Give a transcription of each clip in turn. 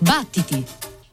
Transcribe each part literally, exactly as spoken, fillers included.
Battiti!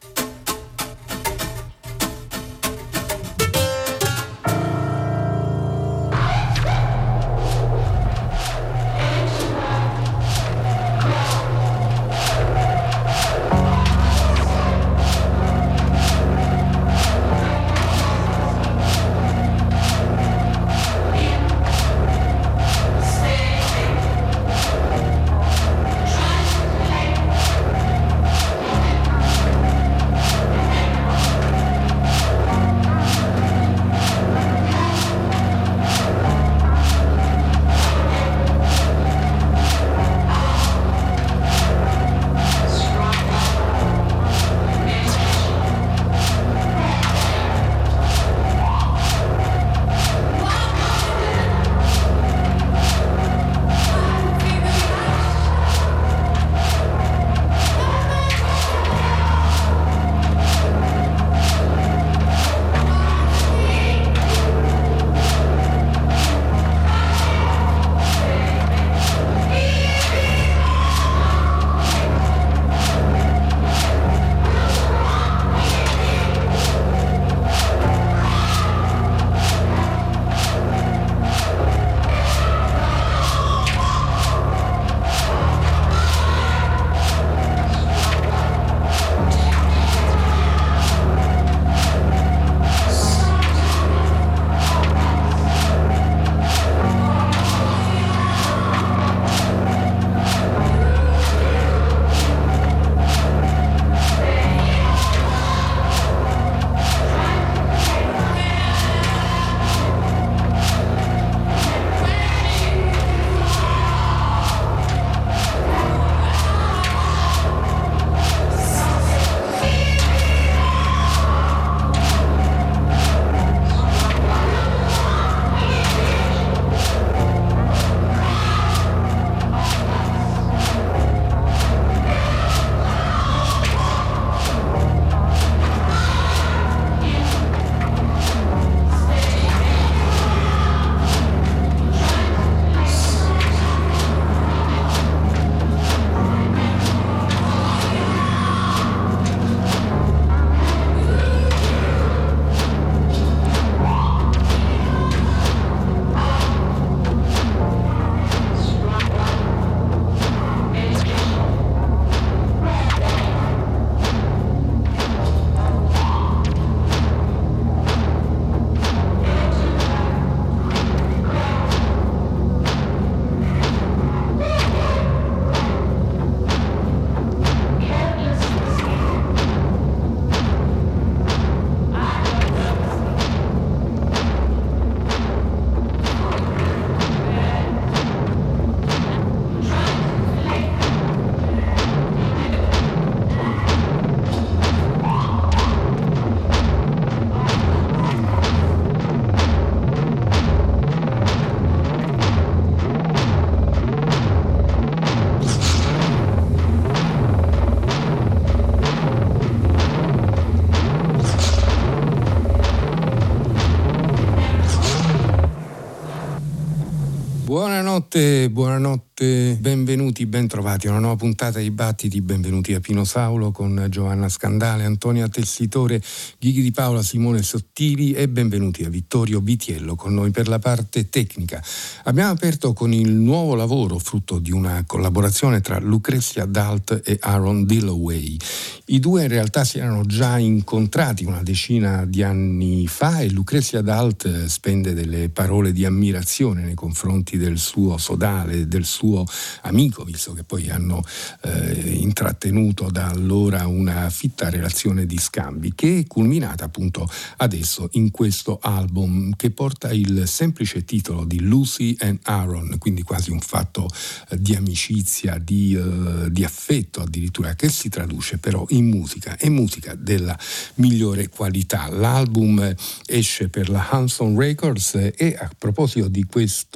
Buonanotte, buonanotte, benvenuti, bentrovati a una nuova puntata di Battiti, benvenuti a Pino Saulo con Giovanna Scandale, Antonia Tessitore, Ghighi Di Paola, Simone Sottili e benvenuti a Vittorio Vitiello con noi per la parte tecnica. Abbiamo aperto con il nuovo lavoro frutto di una collaborazione tra Lucrezia Dalt e Aaron Dilloway. I due in realtà si erano già incontrati una decina di anni fa e Lucrezia Dalt spende delle parole di ammirazione nei confronti del suo sodale, del suo amico, visto che poi hanno eh, intrattenuto da allora una fitta relazione di scambi che è culminata appunto adesso in questo album che porta il semplice titolo di Lucy and Aaron, quindi quasi un fatto eh, di amicizia, di, eh, di affetto addirittura, che si traduce però in musica e musica della migliore qualità. L'album esce per la Hanson Records e a proposito di questo album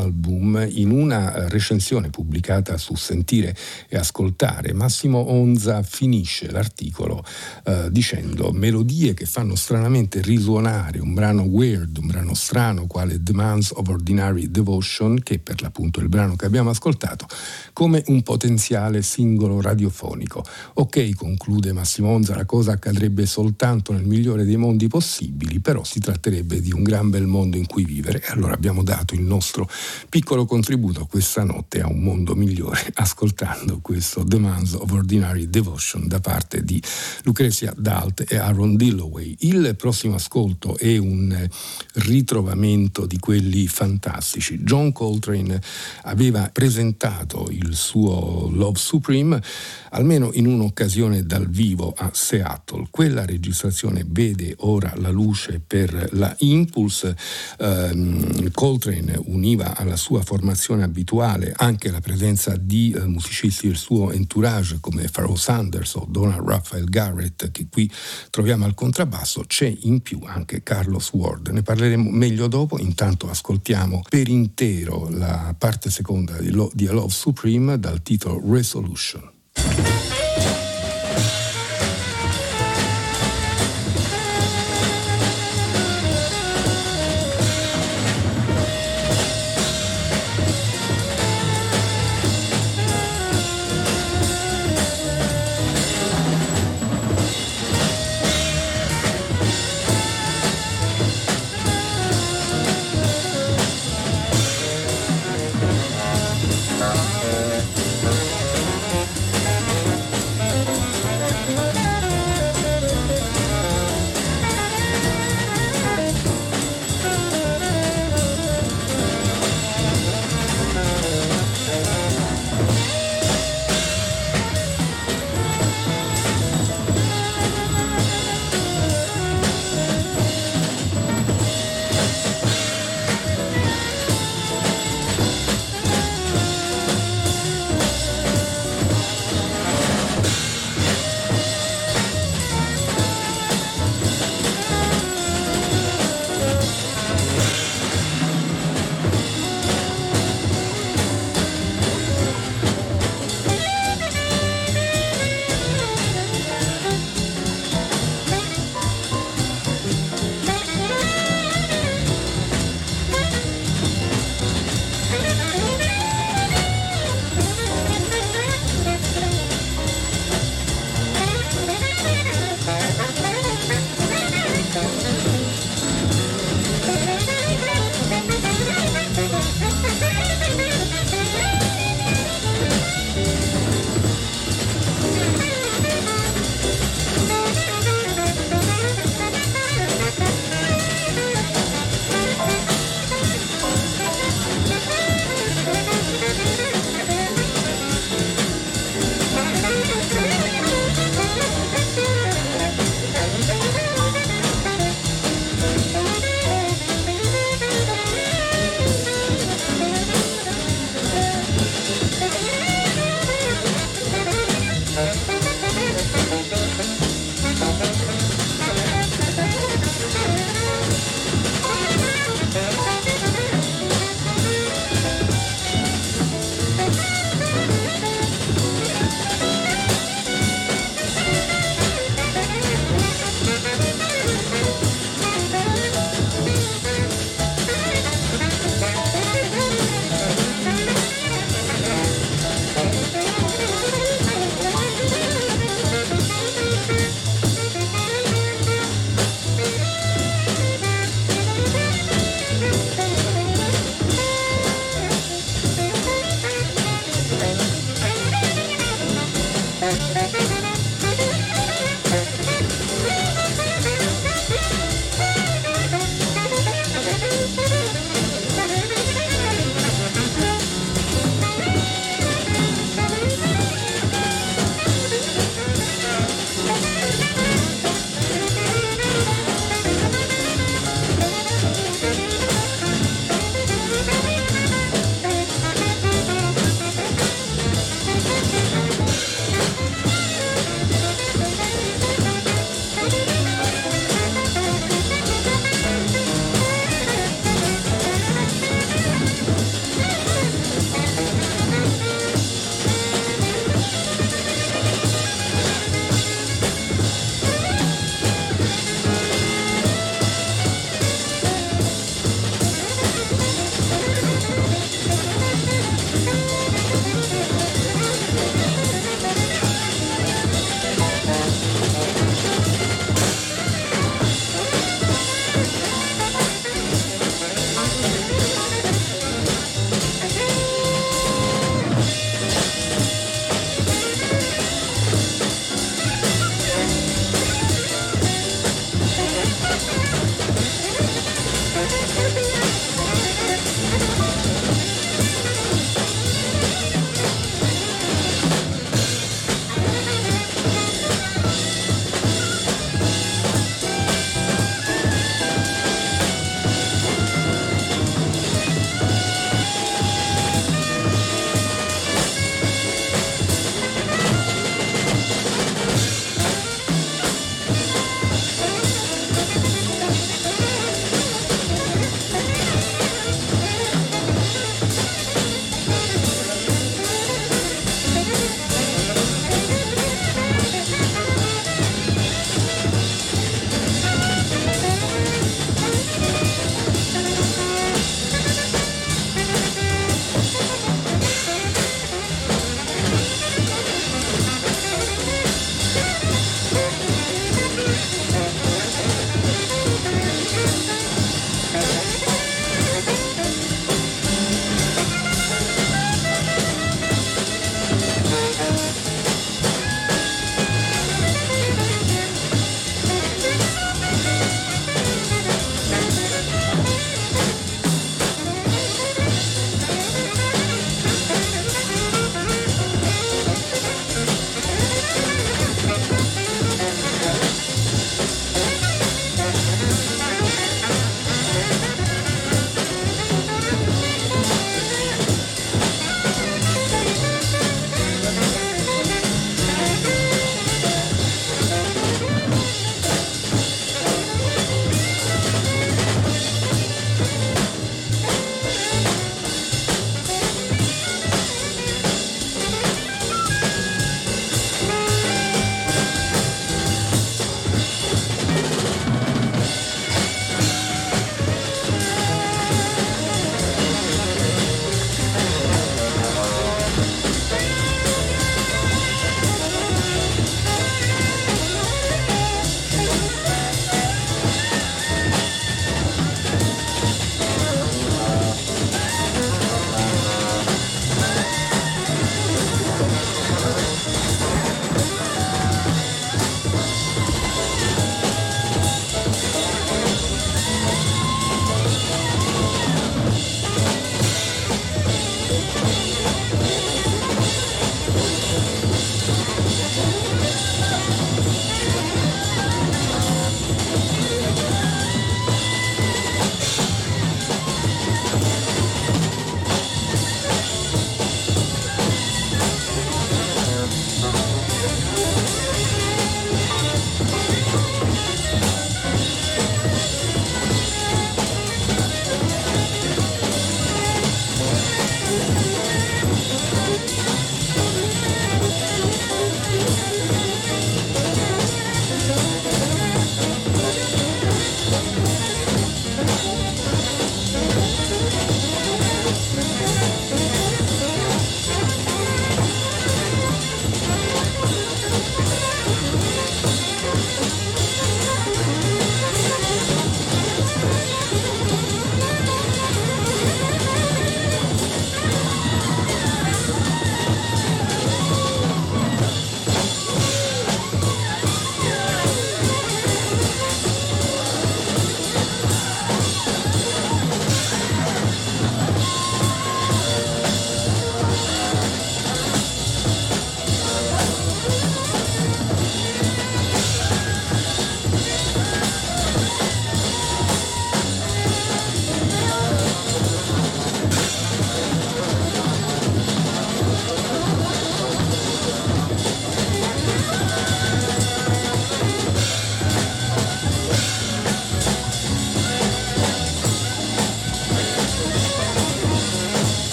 album, in una recensione pubblicata su Sentire e Ascoltare, Massimo Onza finisce l'articolo eh, dicendo: melodie che fanno stranamente risuonare un brano weird, un brano strano quale Demands of Ordinary Devotion, che per l'appunto è il brano che abbiamo ascoltato, come un potenziale singolo radiofonico. Ok, conclude Massimo Onza, la cosa accadrebbe soltanto nel migliore dei mondi possibili, però si tratterebbe di un gran bel mondo in cui vivere, e allora abbiamo dato il nostro piccolo contributo questa notte a un mondo migliore ascoltando questo Demands of Ordinary Devotion da parte di Lucrezia Dalt e Aaron Dilloway. Il prossimo ascolto è un ritrovamento di quelli fantastici. John Coltrane aveva presentato il suo Love Supreme almeno in un'occasione dal vivo a Seattle. Quella registrazione vede ora la luce per la Impulse. Um, Coltrane univa alla sua formazione abituale anche la presenza di uh, musicisti del suo entourage come Pharoah Sanders o Donald Raphael Garrett, che qui troviamo al contrabbasso. C'è in più anche Carlos Ward, ne parleremo meglio dopo. Intanto ascoltiamo per intero la parte seconda di, Lo- di A Love Supreme dal titolo Resolution.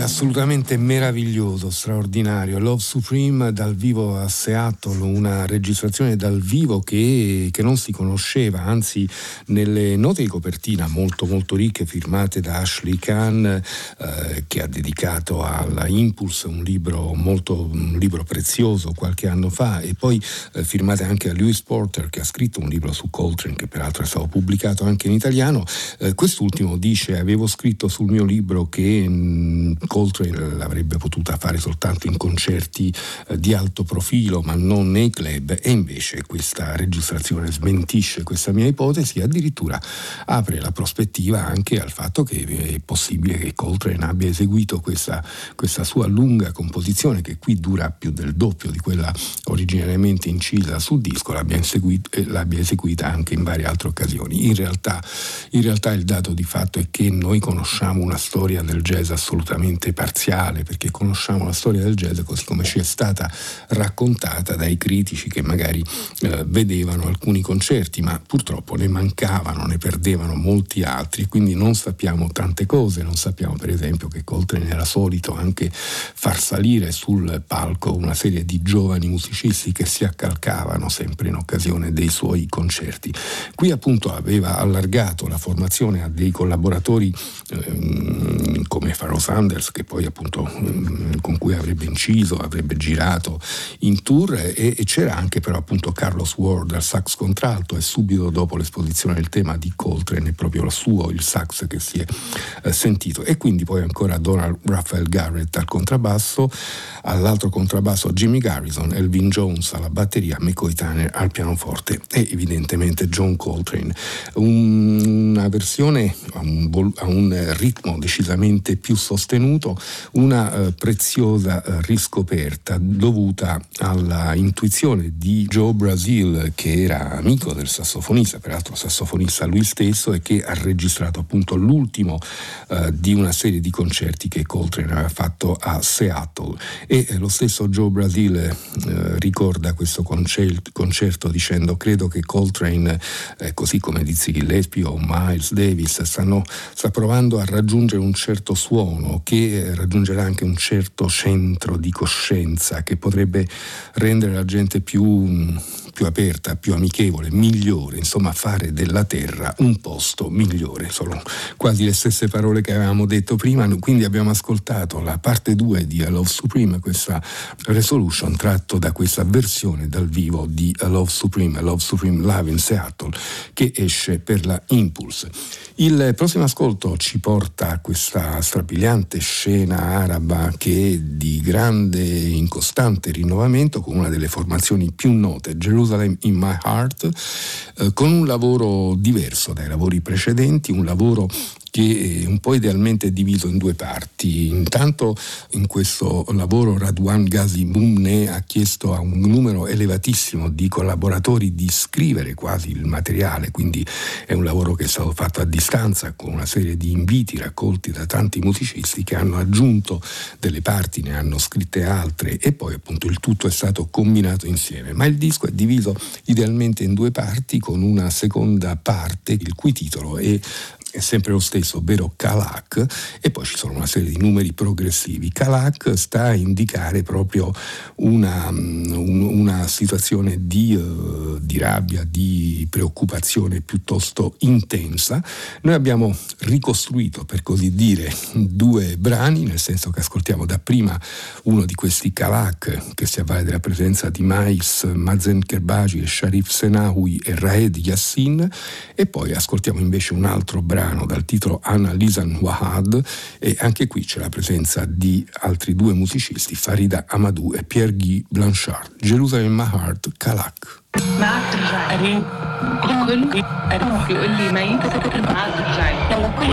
assolutamente meraviglioso, straordinario. Love Supreme dal vivo a Seattle, una registrazione dal vivo che, che non si conosceva, anzi nelle note di copertina molto molto ricche firmate da Ashley Kahn, eh, che ha dedicato alla Impulse un libro molto un libro prezioso qualche anno fa, e poi eh, firmate anche a Lewis Porter, che ha scritto un libro su Coltrane che peraltro è stato pubblicato anche in italiano. Eh, quest'ultimo dice: avevo scritto sul mio libro che mh, Coltrane l'avrebbe potuta fare soltanto in concerti eh, di alto profilo, ma non nei club, e invece questa registrazione smentisce questa mia ipotesi, addirittura apre la prospettiva anche al fatto che è possibile che Coltrane abbia eseguito questa, questa sua lunga composizione, che qui dura più del doppio di quella originariamente incisa sul disco, l'abbia, inseguito, eh, l'abbia eseguita anche in varie altre occasioni. In realtà, in realtà il dato di fatto è che noi conosciamo una storia del jazz assolutamente parziale, perché conosciamo la storia del jazz così come ci è stata raccontata dai critici che magari eh, vedevano alcuni concerti, ma purtroppo ne mancavano, ne perdevano molti altri, e quindi non sappiamo tante cose. Non sappiamo per esempio che Coltrane era solito anche far salire sul palco una serie di giovani musicisti che si accalcavano sempre in occasione dei suoi concerti. Qui appunto aveva allargato la formazione a dei collaboratori ehm, come Pharoah Sanders, che poi appunto ehm, con cui avrebbe inciso, avrebbe girato in tour, e, e c'era anche però appunto Carlos Ward al sax contralto, e subito dopo l'esposizione del tema di Coltrane è proprio il suo, il sax, che si è eh, sentito, e quindi poi ancora Donald Raphael Garrett al contrabbasso, all'altro contrabbasso Jimmy Garrison, Elvin Jones alla batteria, McCoy Tyner al pianoforte e evidentemente John Coltrane. Una versione a un, vol- a un ritmo decisamente più sostenuto, una eh, preziosa eh, riscoperta dovuta alla intuizione di Joe Brazil, che era amico del sassofonista, peraltro sassofonista lui stesso, e che ha registrato appunto l'ultimo eh, di una serie di concerti che Coltrane aveva fatto a Seattle. E eh, lo stesso Joe Brazil eh, ricorda questo concerto, concerto dicendo: credo che Coltrane, eh, così come Dizzy Gillespie o Miles Davis, stanno, sta provando a raggiungere un certo suono che eh, raggiungerà anche un certo centro di coscienza che potrebbe rendere la gente più, più aperta, più amichevole, migliore, insomma fare della terra un posto migliore. Sono quasi le stesse parole che avevamo detto prima. Quindi abbiamo ascoltato la parte due di A Love Supreme, questa Resolution tratto da questa versione dal vivo di A Love Supreme, A Love Supreme Live in Seattle, che esce per la Impulse. Il prossimo ascolto ci porta a questa strabiliante scena araba che è di grande, incostante rinnovamento, con una delle formazioni più note, Jerusalem in My Heart, eh, con un lavoro diverso dai lavori precedenti, un lavoro che un po' idealmente è diviso in due parti. Intanto in questo lavoro Radwan Ghazi Bumne ha chiesto a un numero elevatissimo di collaboratori di scrivere quasi il materiale, quindi è un lavoro che è stato fatto a distanza con una serie di inviti raccolti da tanti musicisti che hanno aggiunto delle parti, ne hanno scritte altre, e poi appunto il tutto è stato combinato insieme. Ma il disco è diviso idealmente in due parti, con una seconda parte il cui titolo è è sempre lo stesso, ovvero Kalak, e poi ci sono una serie di numeri progressivi. Kalak sta a indicare proprio una, una situazione di, uh, di rabbia, di preoccupazione piuttosto intensa. Noi abbiamo ricostruito, per così dire, due brani, nel senso che ascoltiamo dapprima uno di questi Kalak che si avvale della presenza di Mais, Mazen Kerbaji e Sharif Senawi e Raed Yassin, e poi ascoltiamo invece un altro brano dal titolo Ana Lisan Wahad, e anche qui c'è la presenza di altri due musicisti, Farida Amadou e Pierre-Guy Blanchard. Jerusalem in My Heart, Kalak. معك ترجعي الكل يقول لي ما ينتظر معك ترجعي لما كل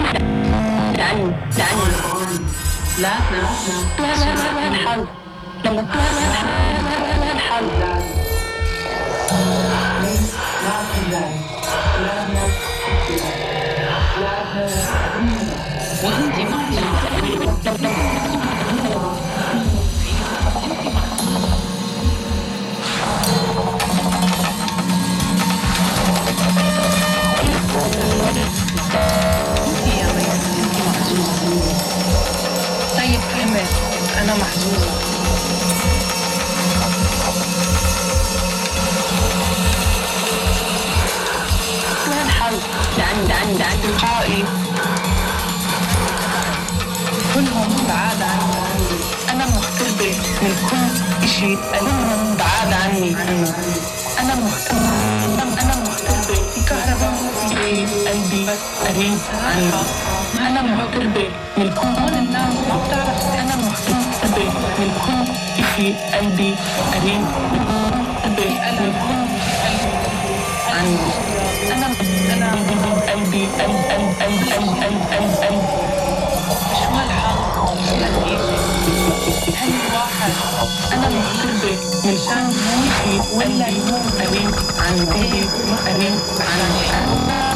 لأني لأني لا لا لا لا لا الحل لما لا الحل لا ترجعي لا لا وانت طيب أصدقائي كلهم بعاد عني. أنا مغتربة من كل شيء، كلهم بعاد عني. أنا مغتربة أنا مغتربة في كهرباء في قلبي قريب عني. أنا مغتربة من كل الناس ما بتعرف. أنا مغتربة من كل شيء، قلبي قريب قلبي من كل عني. أنا أنا قلبي قلب قلب قلب قلب قلب قلب قلب شو هالحال؟ هل واحد أنا مغتربة من شان موتي ولا يكون قريب عن قلبي قريب عني.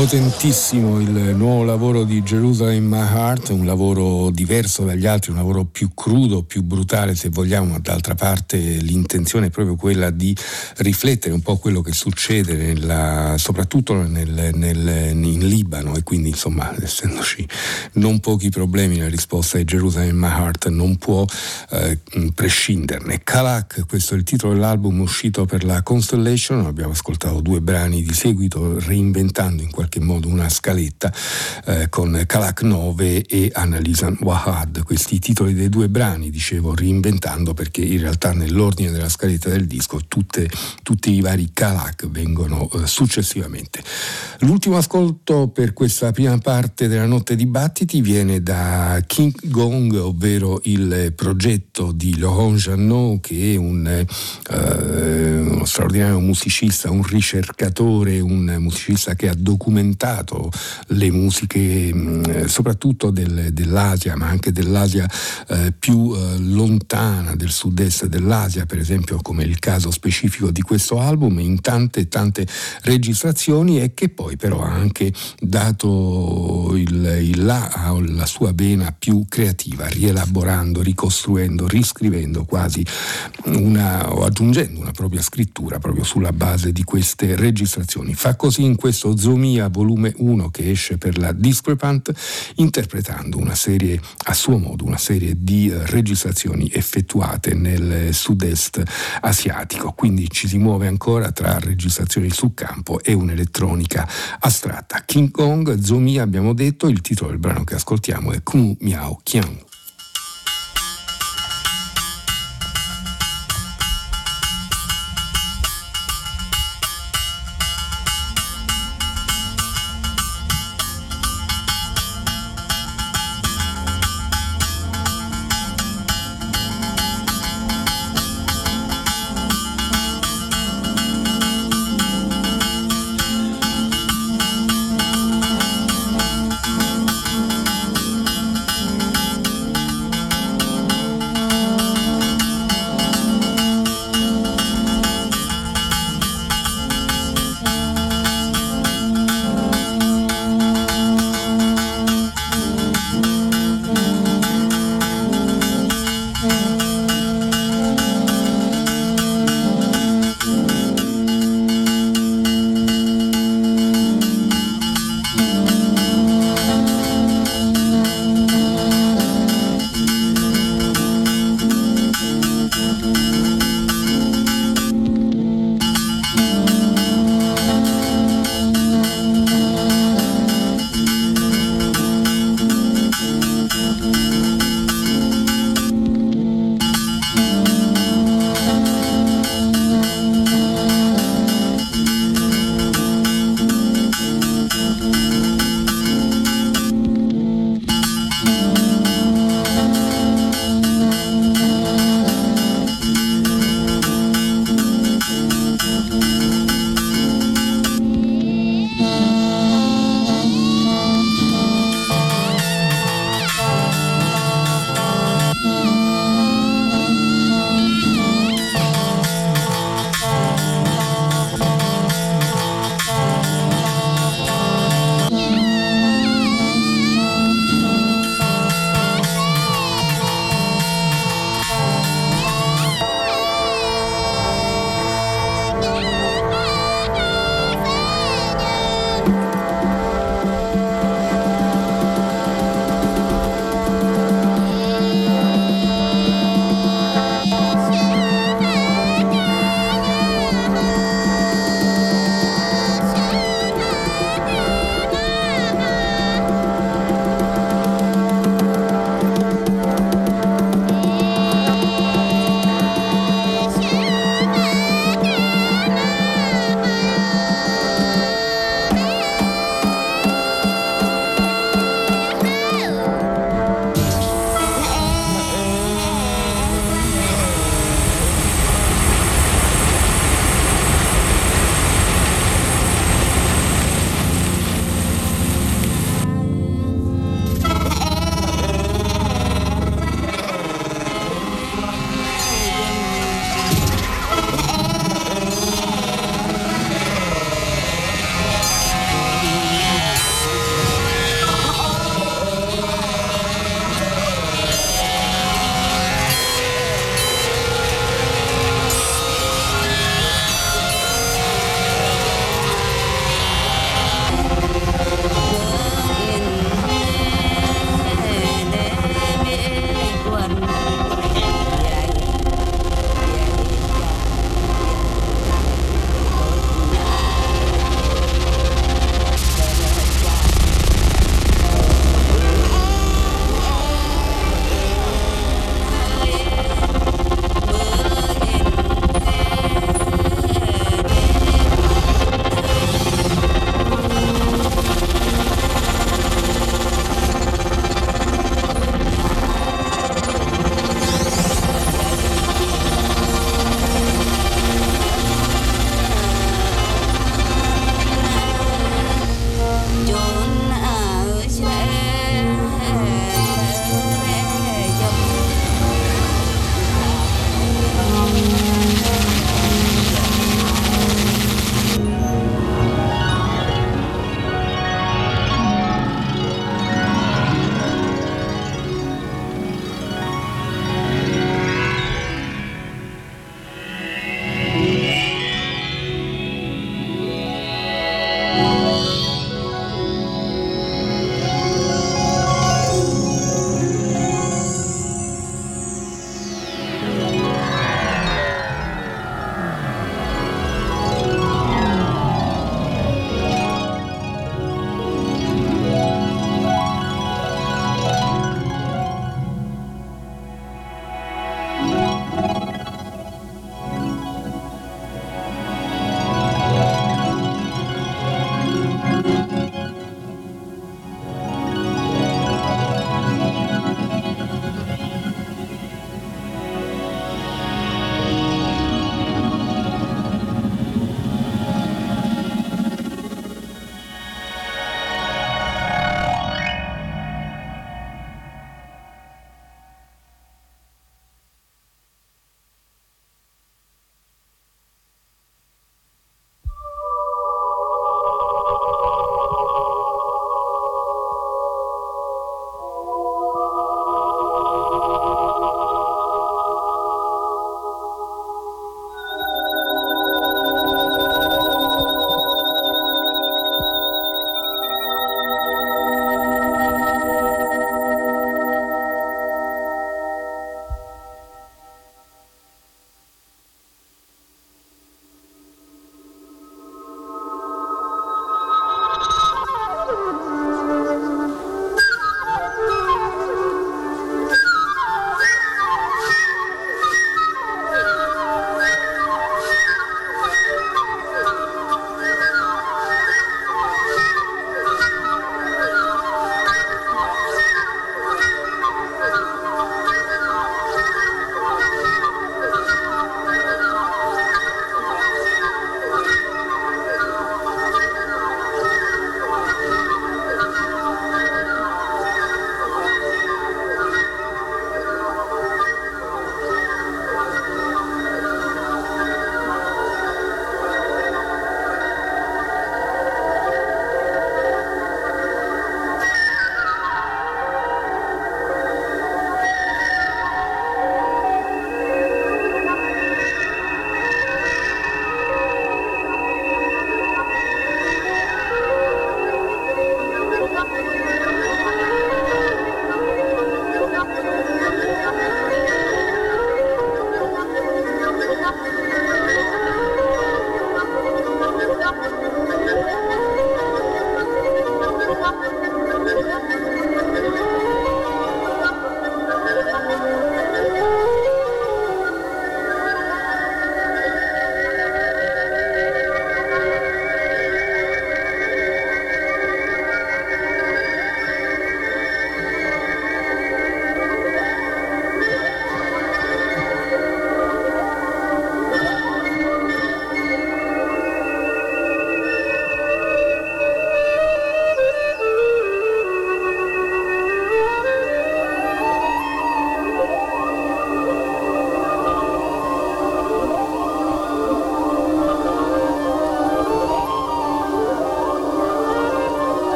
Potentissimo il nuovo lavoro di Jerusalem in My Heart, un lavoro diverso dagli altri, un lavoro più crudo, più brutale se vogliamo, ma d'altra parte l'intenzione è proprio quella di riflettere un po' quello che succede nella, soprattutto nel, nel, in Libano, e quindi insomma, essendoci non pochi problemi, la risposta di Jerusalem in My Heart non può eh, prescinderne. Kalak, questo è il titolo dell'album uscito per la Constellation, abbiamo ascoltato due brani di seguito reinventando in qualche in modo una scaletta eh, con Kalak nove e Annalisa Wahad. Questi titoli dei due brani, dicevo, reinventando, perché in realtà nell'ordine della scaletta del disco tutte, tutti i vari Kalak vengono eh, successivamente. L'ultimo ascolto per questa prima parte della notte dibattiti viene da King Gong, ovvero il progetto di Laurent Jeannot, che è un, eh, uno straordinario musicista, un ricercatore, un musicista che ha documentato le musiche mh, soprattutto del, dell'Asia, ma anche dell'Asia eh, più eh, lontana, del sud-est dell'Asia, per esempio, come il caso specifico di questo album, in tante tante registrazioni, e che poi però ha anche dato il, il là alla sua vena più creativa, rielaborando, ricostruendo, riscrivendo quasi una, o aggiungendo una propria scrittura proprio sulla base di queste registrazioni. Fa così in questo Zomia volume uno che esce per la Discrepant, interpretando una serie, a suo modo, una serie di uh, registrazioni effettuate nel sud-est asiatico. Quindi ci si muove ancora tra registrazioni sul campo e un'elettronica astratta. King Kong, Zomia abbiamo detto, il titolo del brano che ascoltiamo è Ku Miao Kiang.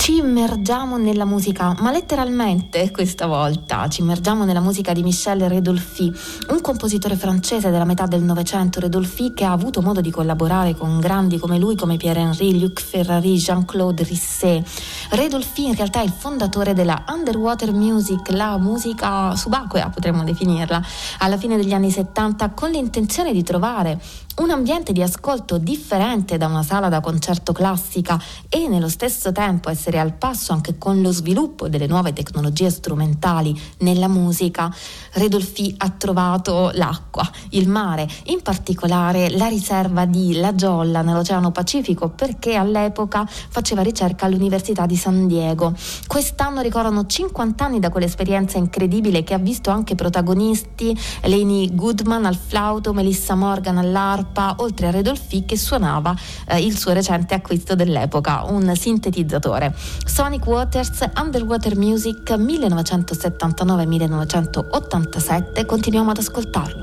Ci immergiamo nella musica, ma letteralmente questa volta ci immergiamo nella musica di Michel Redolfi, un compositore francese della metà del Novecento. Redolfi che ha avuto modo di collaborare con grandi come lui, come Pierre Henry, Luc Ferrari, Jean-Claude Risset. Redolfi in realtà è il fondatore della underwater music, la musica subacquea potremmo definirla, alla fine degli anni settanta, con l'intenzione di trovare un ambiente di ascolto differente da una sala da concerto classica e nello stesso tempo essere al passo anche con lo sviluppo delle nuove tecnologie strumentali nella musica. Redolfi ha trovato l'acqua, il mare, in particolare la riserva di La Jolla nell'Oceano Pacifico, perché all'epoca faceva ricerca all'Università di San Diego. Quest'anno ricorrono cinquanta anni da quell'esperienza incredibile che ha visto anche protagonisti Lenny Goodman al flauto, Melissa Morgan all'arpa, oltre a Redolfi che suonava eh, il suo recente acquisto dell'epoca, un sintetizzatore. Sonic Waters, Underwater Music millenovecentosettantanove millenovecentottantasette, continuiamo ad ascoltarlo.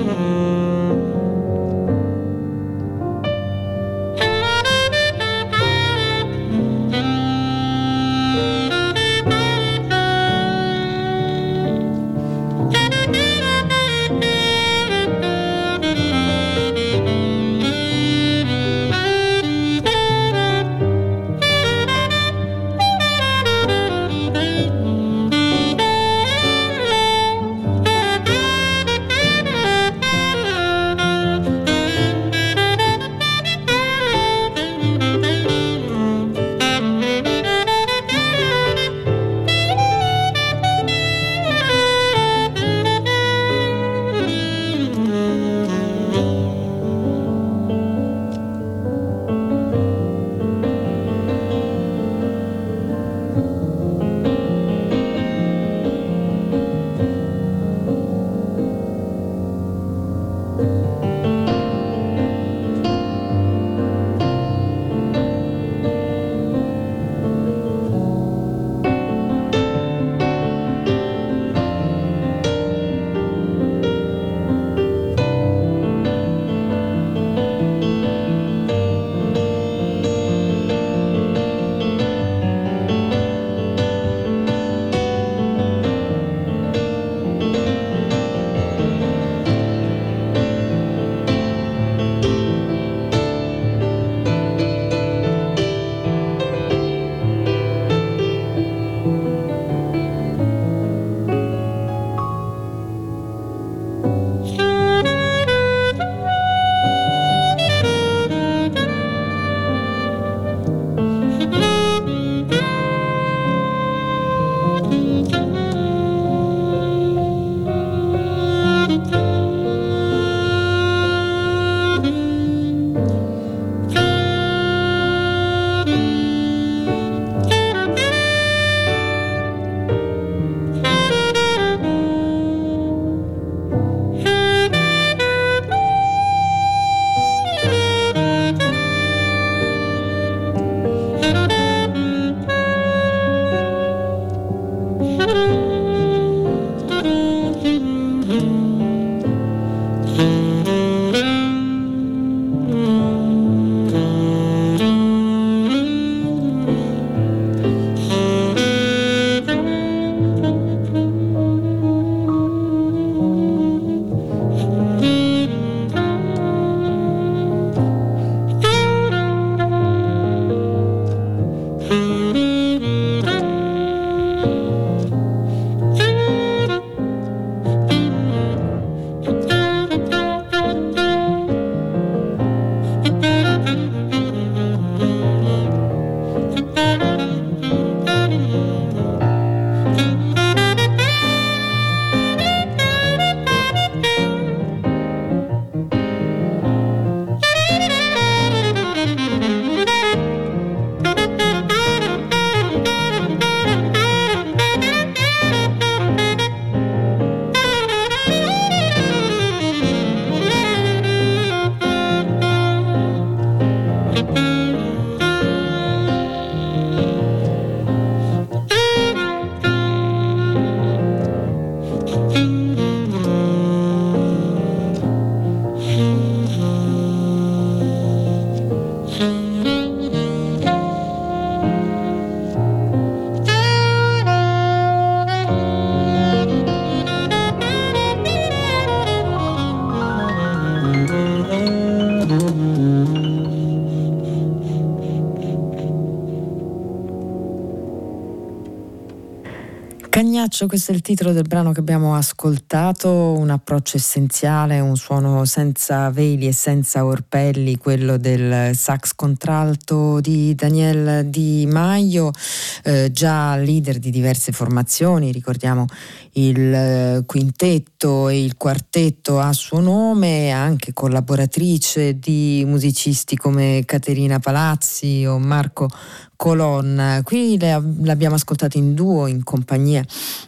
Cagnaccio, questo è il titolo del brano che abbiamo ascoltato, un approccio essenziale, un suono senza veli e senza orpelli, quello del sax contralto di Daniel Di Maio, eh, già leader di diverse formazioni, ricordiamo il eh, quintetto e il quartetto a suo nome, anche collaboratrice di musicisti come Caterina Palazzi o Marco Colonna. Qui l'abbiamo ascoltato in duo in compagnia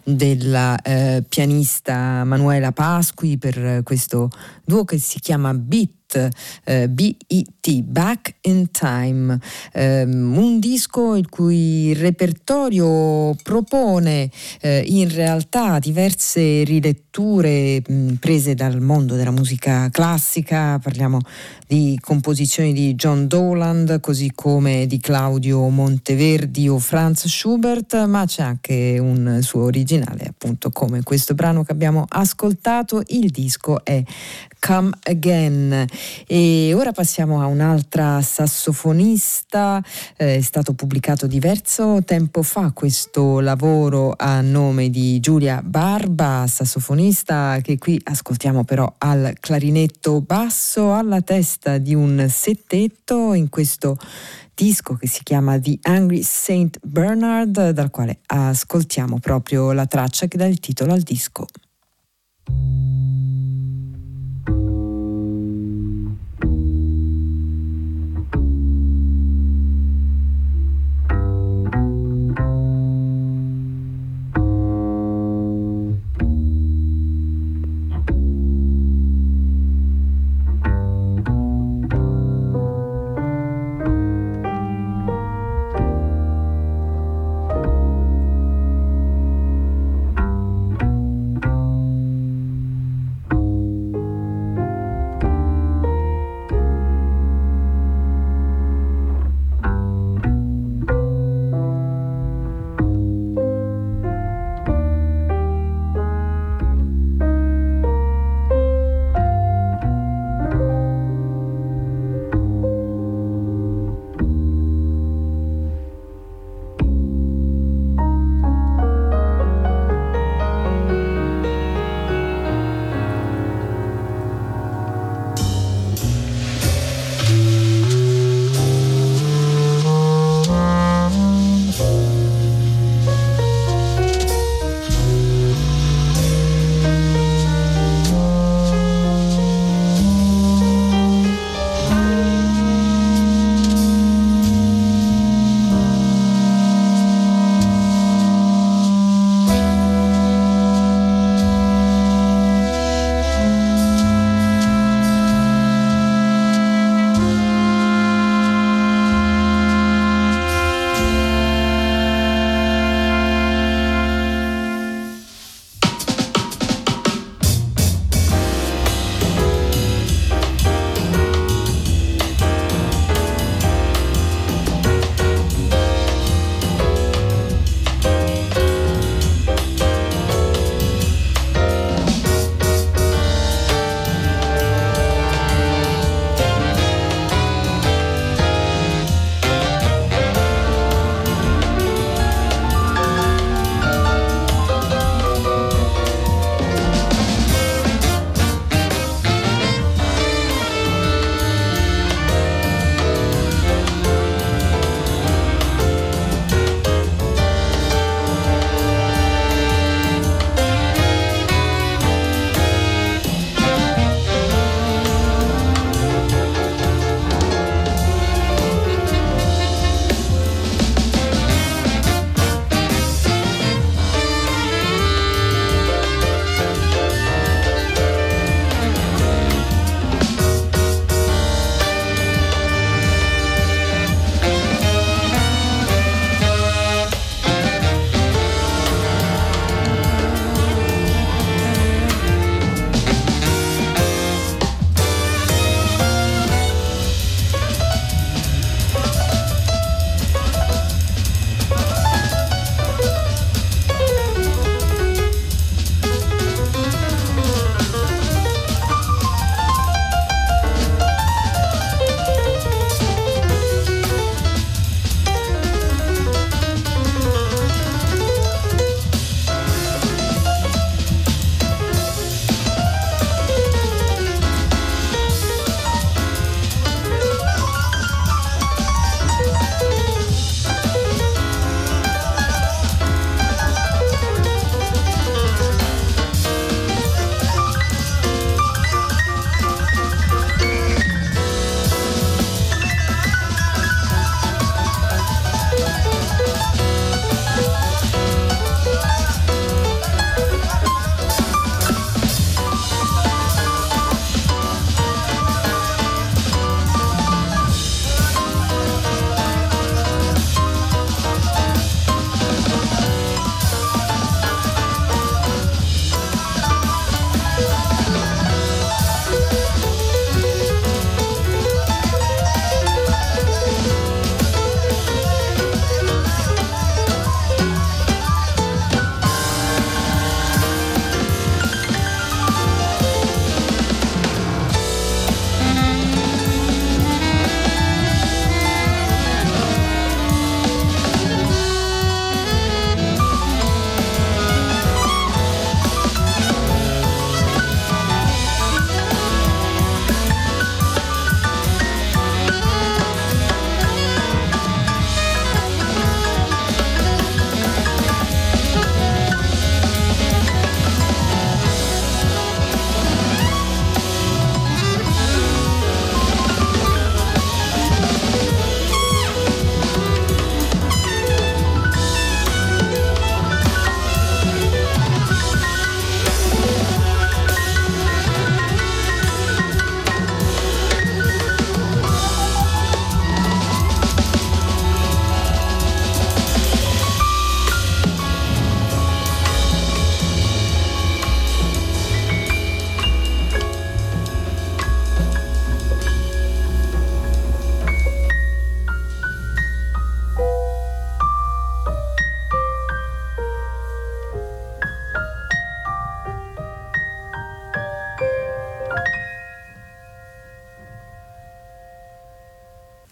della eh, pianista Manuela Pasqui per questo duo che si chiama Beat Schubert, eh, B E T, Back in Time, eh, un disco il cui repertorio propone eh, in realtà diverse riletture mh, prese dal mondo della musica classica. Parliamo di composizioni di John Dowland, così come di Claudio Monteverdi o Franz Schubert, ma c'è anche un suo originale, appunto come questo brano che abbiamo ascoltato. Il disco è Come Again. E ora passiamo a un'altra sassofonista. Eh, è stato pubblicato diverso tempo fa questo lavoro a nome di Giulia Barba, sassofonista che qui ascoltiamo però al clarinetto basso, alla testa di un settetto, in questo disco che si chiama The Angry Saint Bernard, dal quale ascoltiamo proprio la traccia che dà il titolo al disco.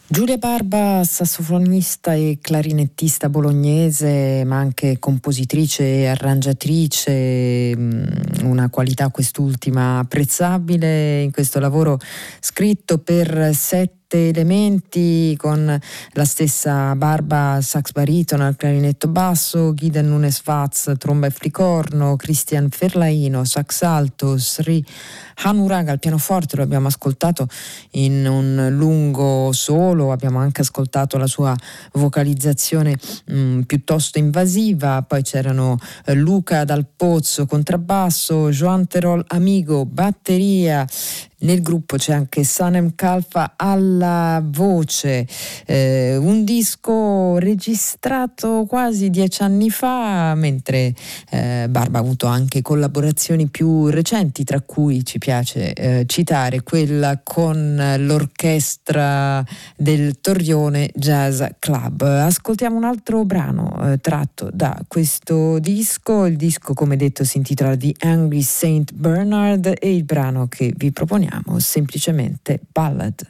Giulia Barba, sassofonista e clarinettista bolognese, ma anche compositrice e arrangiatrice, una qualità quest'ultima apprezzabile in questo lavoro scritto per sette elementi, con la stessa Barba sax baritono, al clarinetto basso, Ghida Nunes Vaz tromba e flicorno, Cristian Ferlaino sax alto, Sri Hanuraga al pianoforte. Lo abbiamo ascoltato in un lungo solo, abbiamo anche ascoltato la sua vocalizzazione mh, piuttosto invasiva. Poi c'erano eh, Luca Dal Pozzo contrabbasso, Joan Terol Amigo batteria. Nel gruppo c'è anche Sanem Kalfa alla voce, eh, un disco registrato quasi dieci anni fa, mentre eh, Barba ha avuto anche collaborazioni più recenti, tra cui ci piace eh, citare quella con l'orchestra del Torrione Jazz Club. Ascoltiamo un altro brano eh, tratto da questo disco. Il disco, come detto, si intitola The Angry Saint Bernard e il brano che vi proponiamo semplicemente Ballad.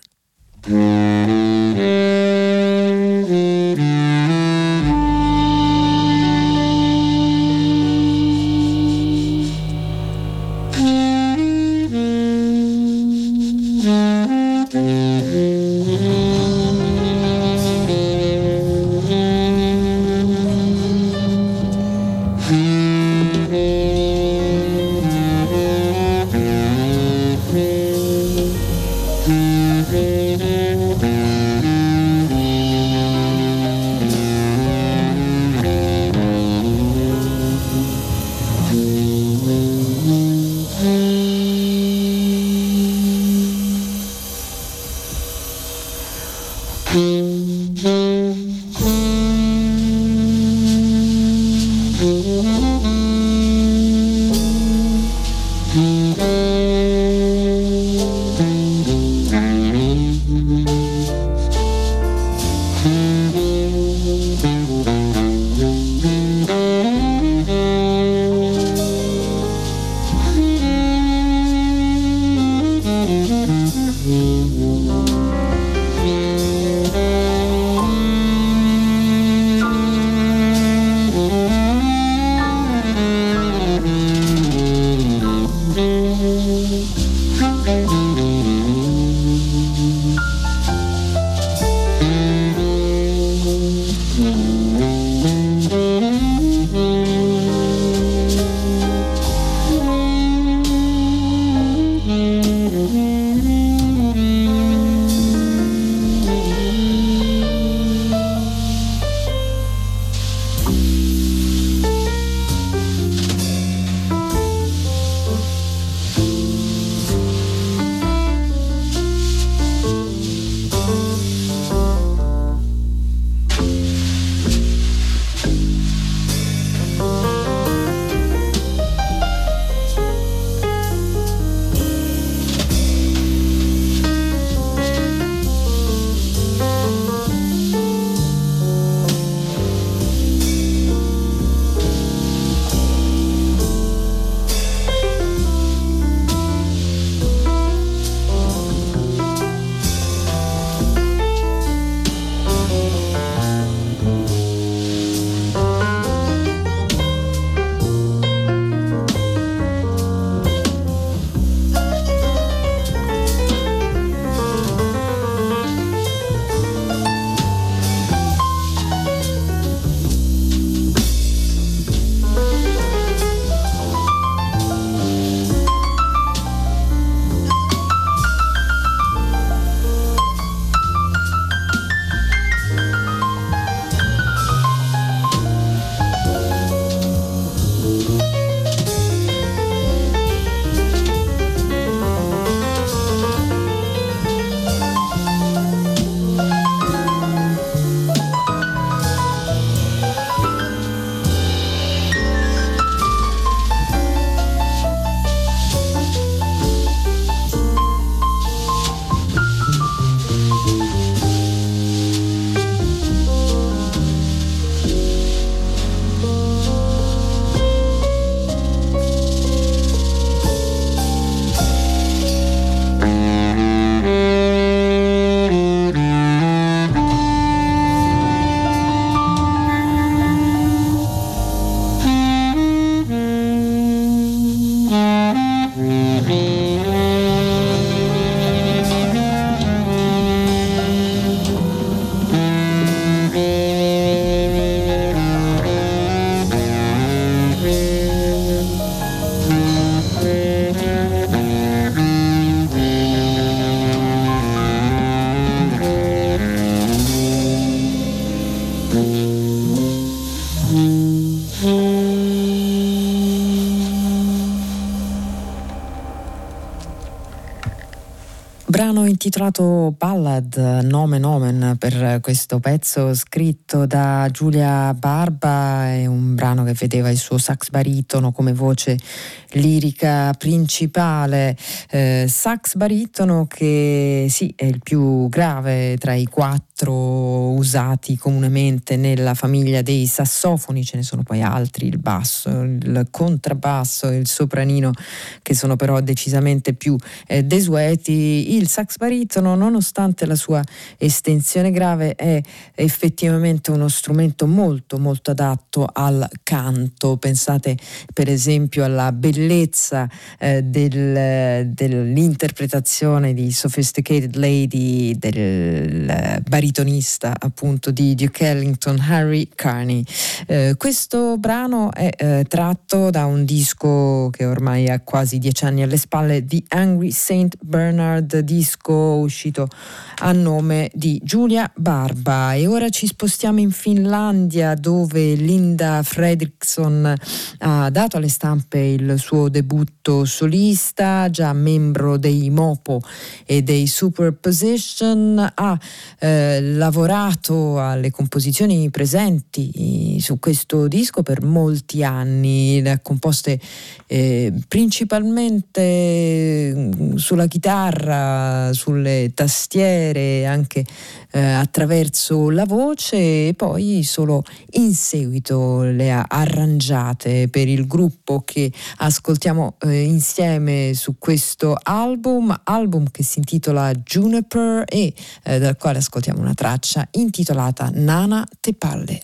Brano intitolato Ballad, nomen omen per questo pezzo scritto da Giulia Barba. È un brano che vedeva il suo sax baritono come voce lirica principale, eh, sax baritono che sì è il più grave tra i quattro usati comunemente nella famiglia dei sassofoni. Ce ne sono poi altri, il basso, il contrabbasso e il sopranino, che sono però decisamente più eh, desueti. Il sax baritono, nonostante la sua estensione grave, è effettivamente uno strumento molto molto adatto al canto. Pensate per esempio alla bellezza eh, del, dell'interpretazione di Sophisticated Lady del baritonista appunto di Duke Ellington, Harry Carney. Eh, questo brano è eh, tratto da un disco che ormai ha quasi dieci anni alle spalle, The Angry Saint Bernard, disco uscito a nome di Giulia Barba. E ora ci spostiamo in Finlandia, dove Linda Fredriksson ha dato alle stampe il suo debutto solista. Già membro dei Mopo e dei Superposition, ha eh, lavorato alle composizioni presenti su questo disco per molti anni. Le ha composte eh, principalmente sulla chitarra, sulle tastiere, anche eh, attraverso la voce, e poi solo in seguito le ha arrangiate per il gruppo che ascoltiamo eh, insieme su questo album, album che si intitola Juniper e eh, dal quale ascoltiamo una traccia intitolata Nana te palle.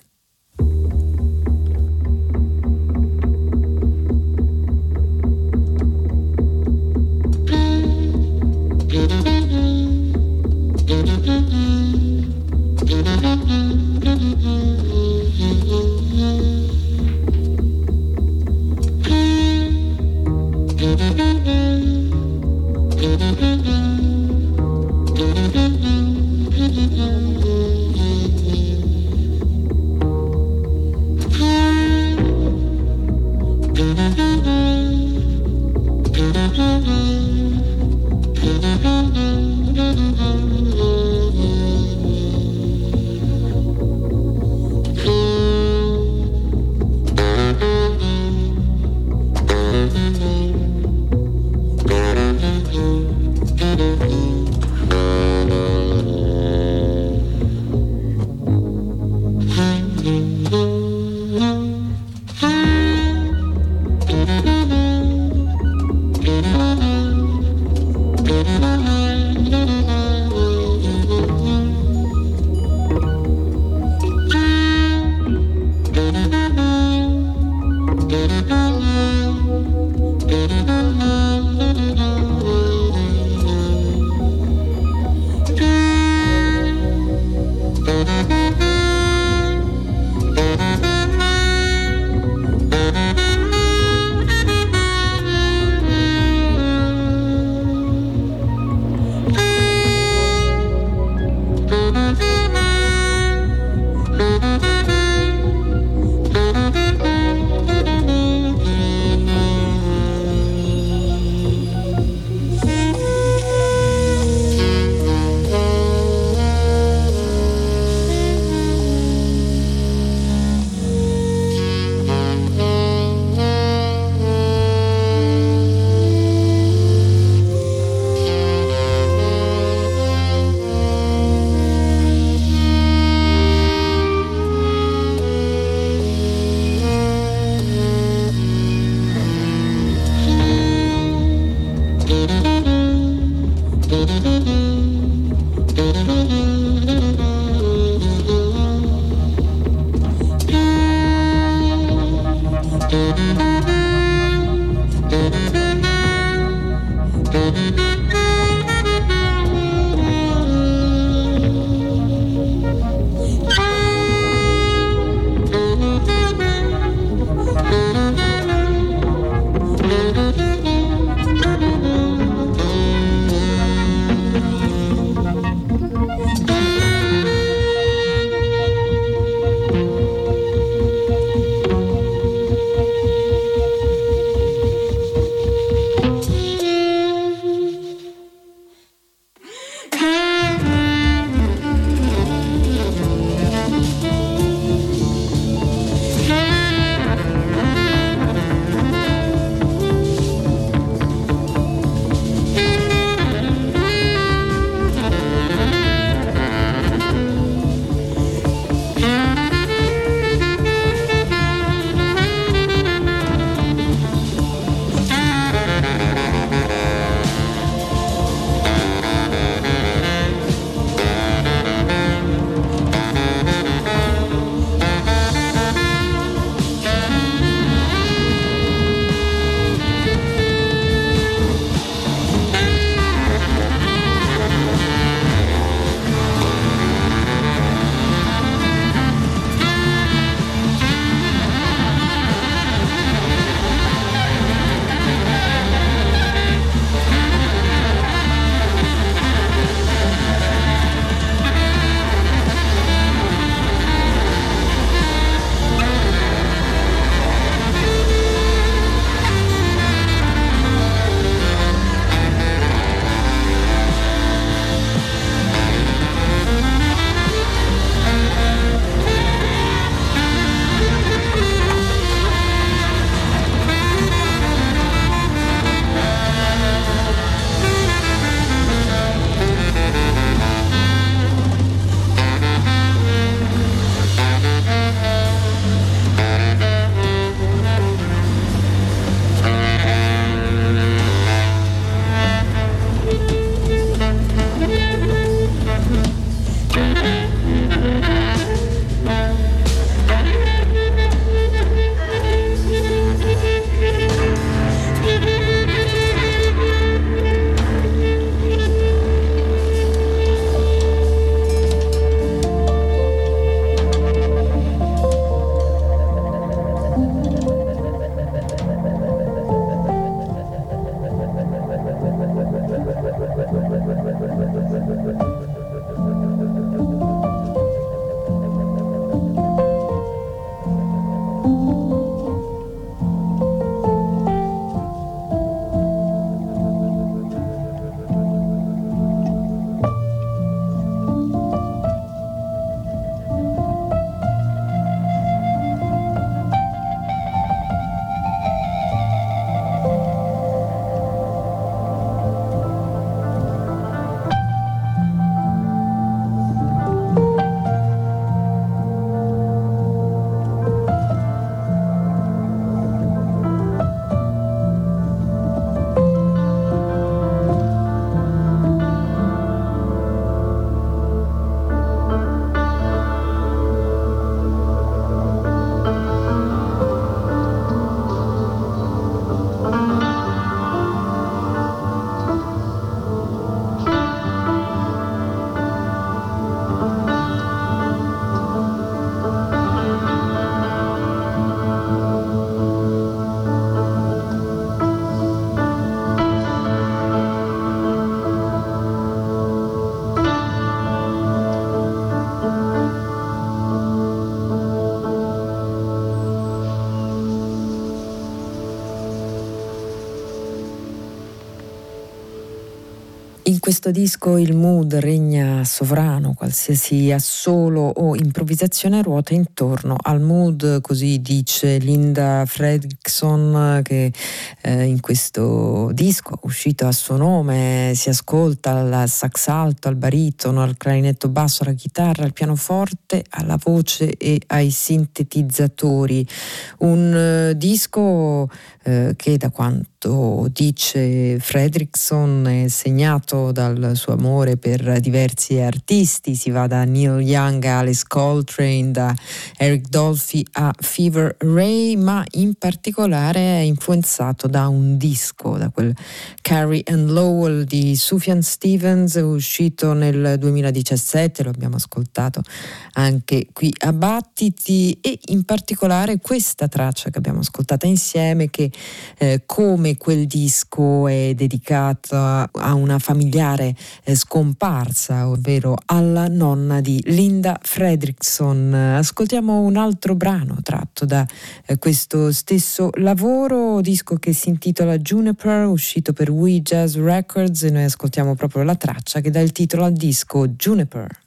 In questo disco il mood regna sovrano, qualsiasi assolo o improvvisazione ruota intorno al mood, così dice Linda Fredriksson, che eh, in questo disco uscito a suo nome si ascolta al sax alto, al baritono, al clarinetto basso, alla chitarra, al pianoforte, alla voce e ai sintetizzatori. Un uh, disco eh, che, da quanto dice Fredriksson, è segnato dal suo amore per diversi artisti. Si va da Neil Young a Alice Coltrane, da Eric Dolphy a Fever Ray, ma in particolare è influenzato da un disco, da quel Carrie and Lowell di Sufjan Stevens, uscito nel duemiladiciassette, lo abbiamo ascoltato anche qui a Battiti, e in particolare questa traccia che abbiamo ascoltata insieme, che eh, come quel disco è dedicata a una familiare eh, scomparsa, ovvero alla nonna di Linda Fredriksson. Ascoltiamo un altro brano tratto da eh, questo stesso lavoro, disco che si intitola Juniper, uscito per We Jazz Records, e noi ascoltiamo proprio la traccia che dà il titolo al disco, Juniper.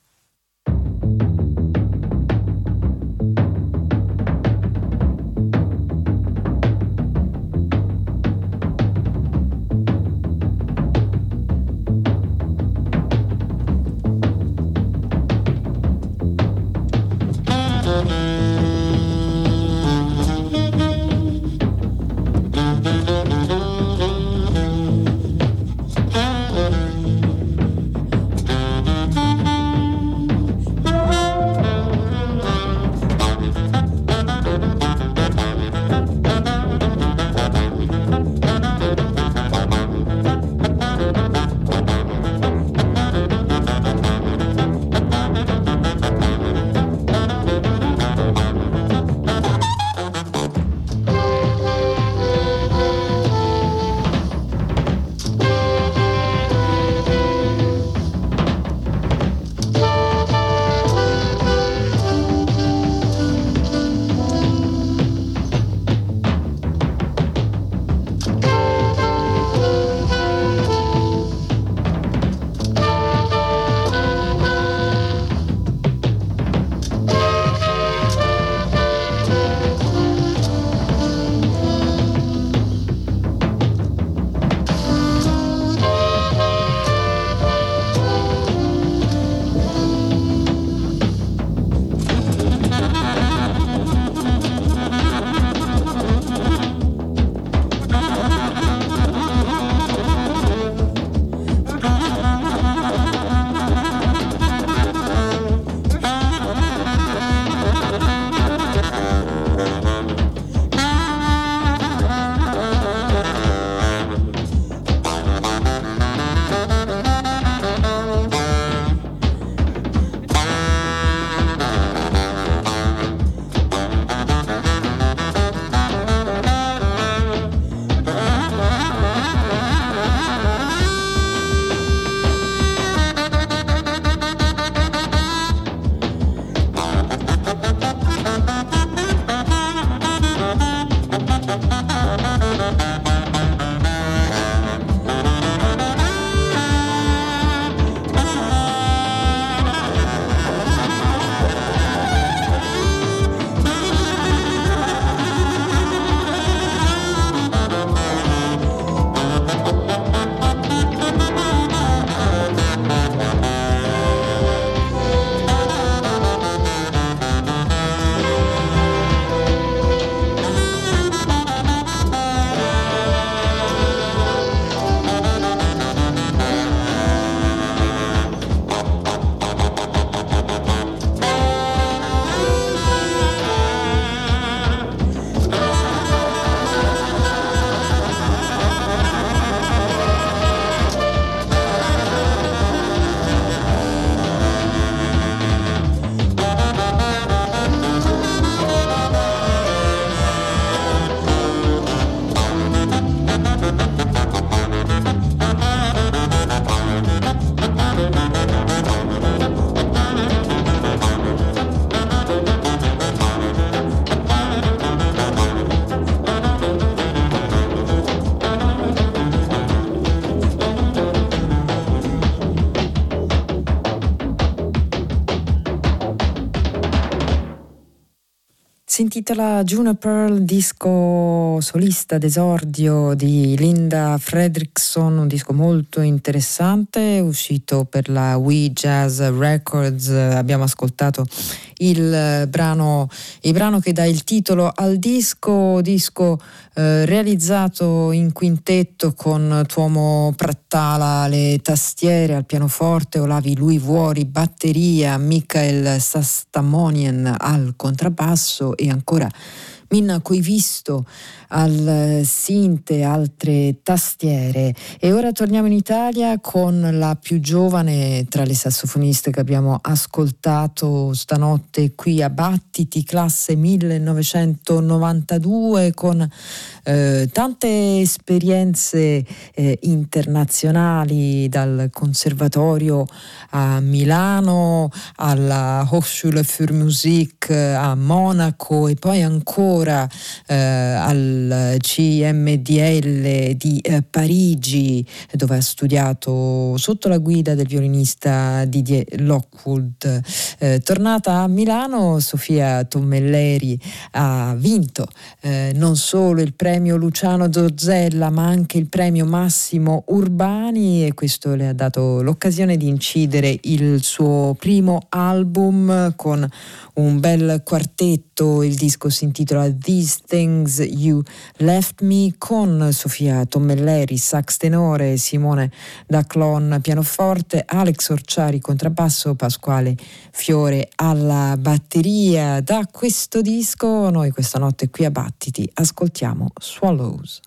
Si intitola Juniper, disco solista d'esordio di Linda Fredrickson, un disco molto interessante, uscito per la We Jazz Records. Abbiamo ascoltato il brano, il brano che dà il titolo al disco, disco eh, realizzato in quintetto con Tuomo Prattala alle tastiere, al pianoforte, Olavi Lui Vuori batteria, Michael Sastamonian al contrabbasso e ancora Minna Coivisto al sinte, altre tastiere. E ora torniamo in Italia con la più giovane tra le sassofoniste che abbiamo ascoltato stanotte qui a Battiti, classe millenovecentonovantadue, con eh, tante esperienze eh, internazionali, dal Conservatorio a Milano alla Hochschule für Musik a Monaco e poi ancora Eh, al C M D L di eh, Parigi, dove ha studiato sotto la guida del violinista Didier Lockwood. Eh, tornata a Milano, Sofia Tommelleri ha vinto eh, non solo il premio Luciano Zorzella ma anche il premio Massimo Urbani, e questo le ha dato l'occasione di incidere il suo primo album con un bel quartetto. Il disco si intitola These Things You Left Me, con Sofia Tommelleri sax tenore, Simone Daclon pianoforte, Alex Orciari contrabbasso, Pasquale Fiore alla batteria. Da questo disco noi questa notte qui a Battiti ascoltiamo Swallows.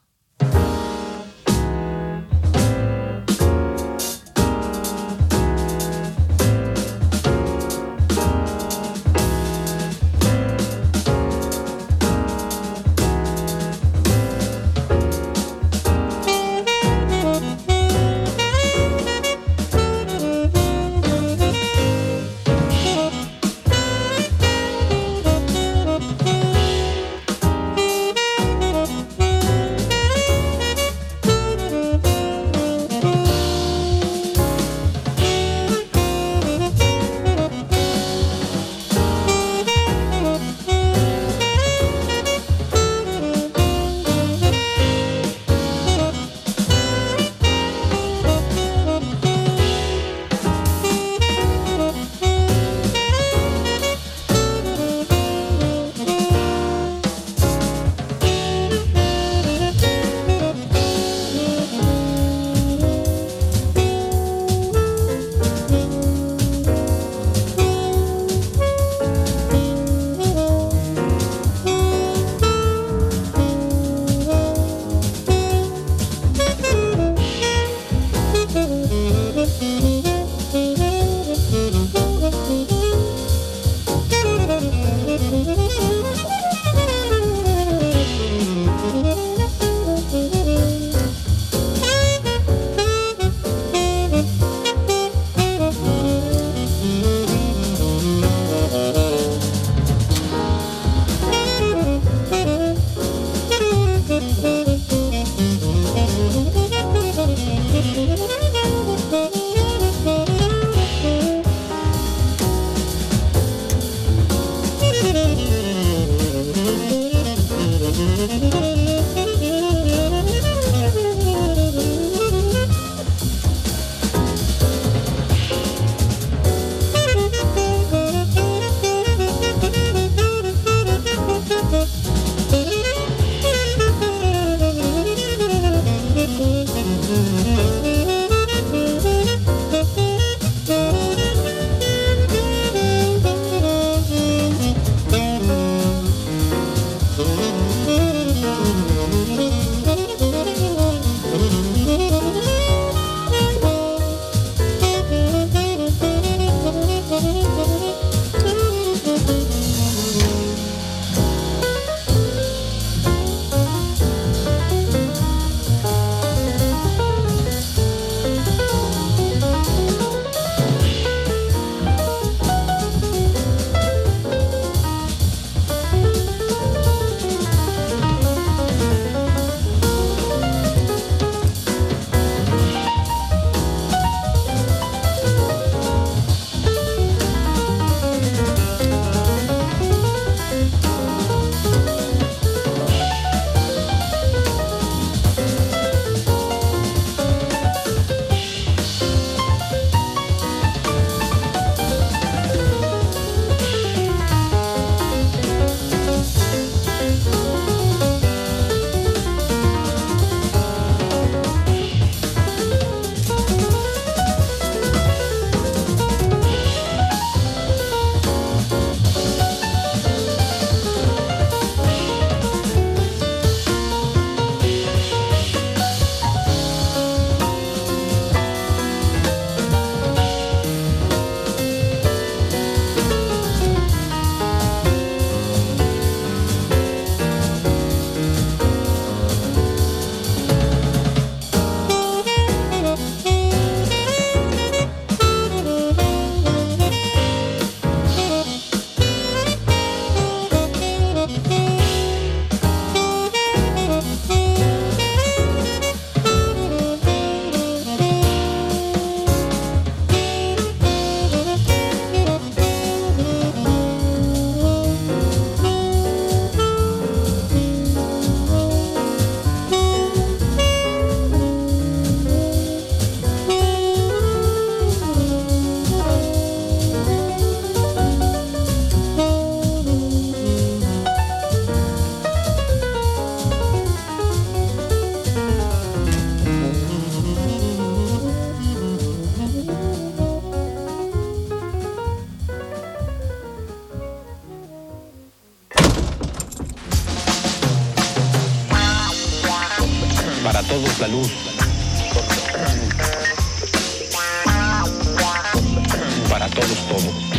todos la luz. Para todos todo.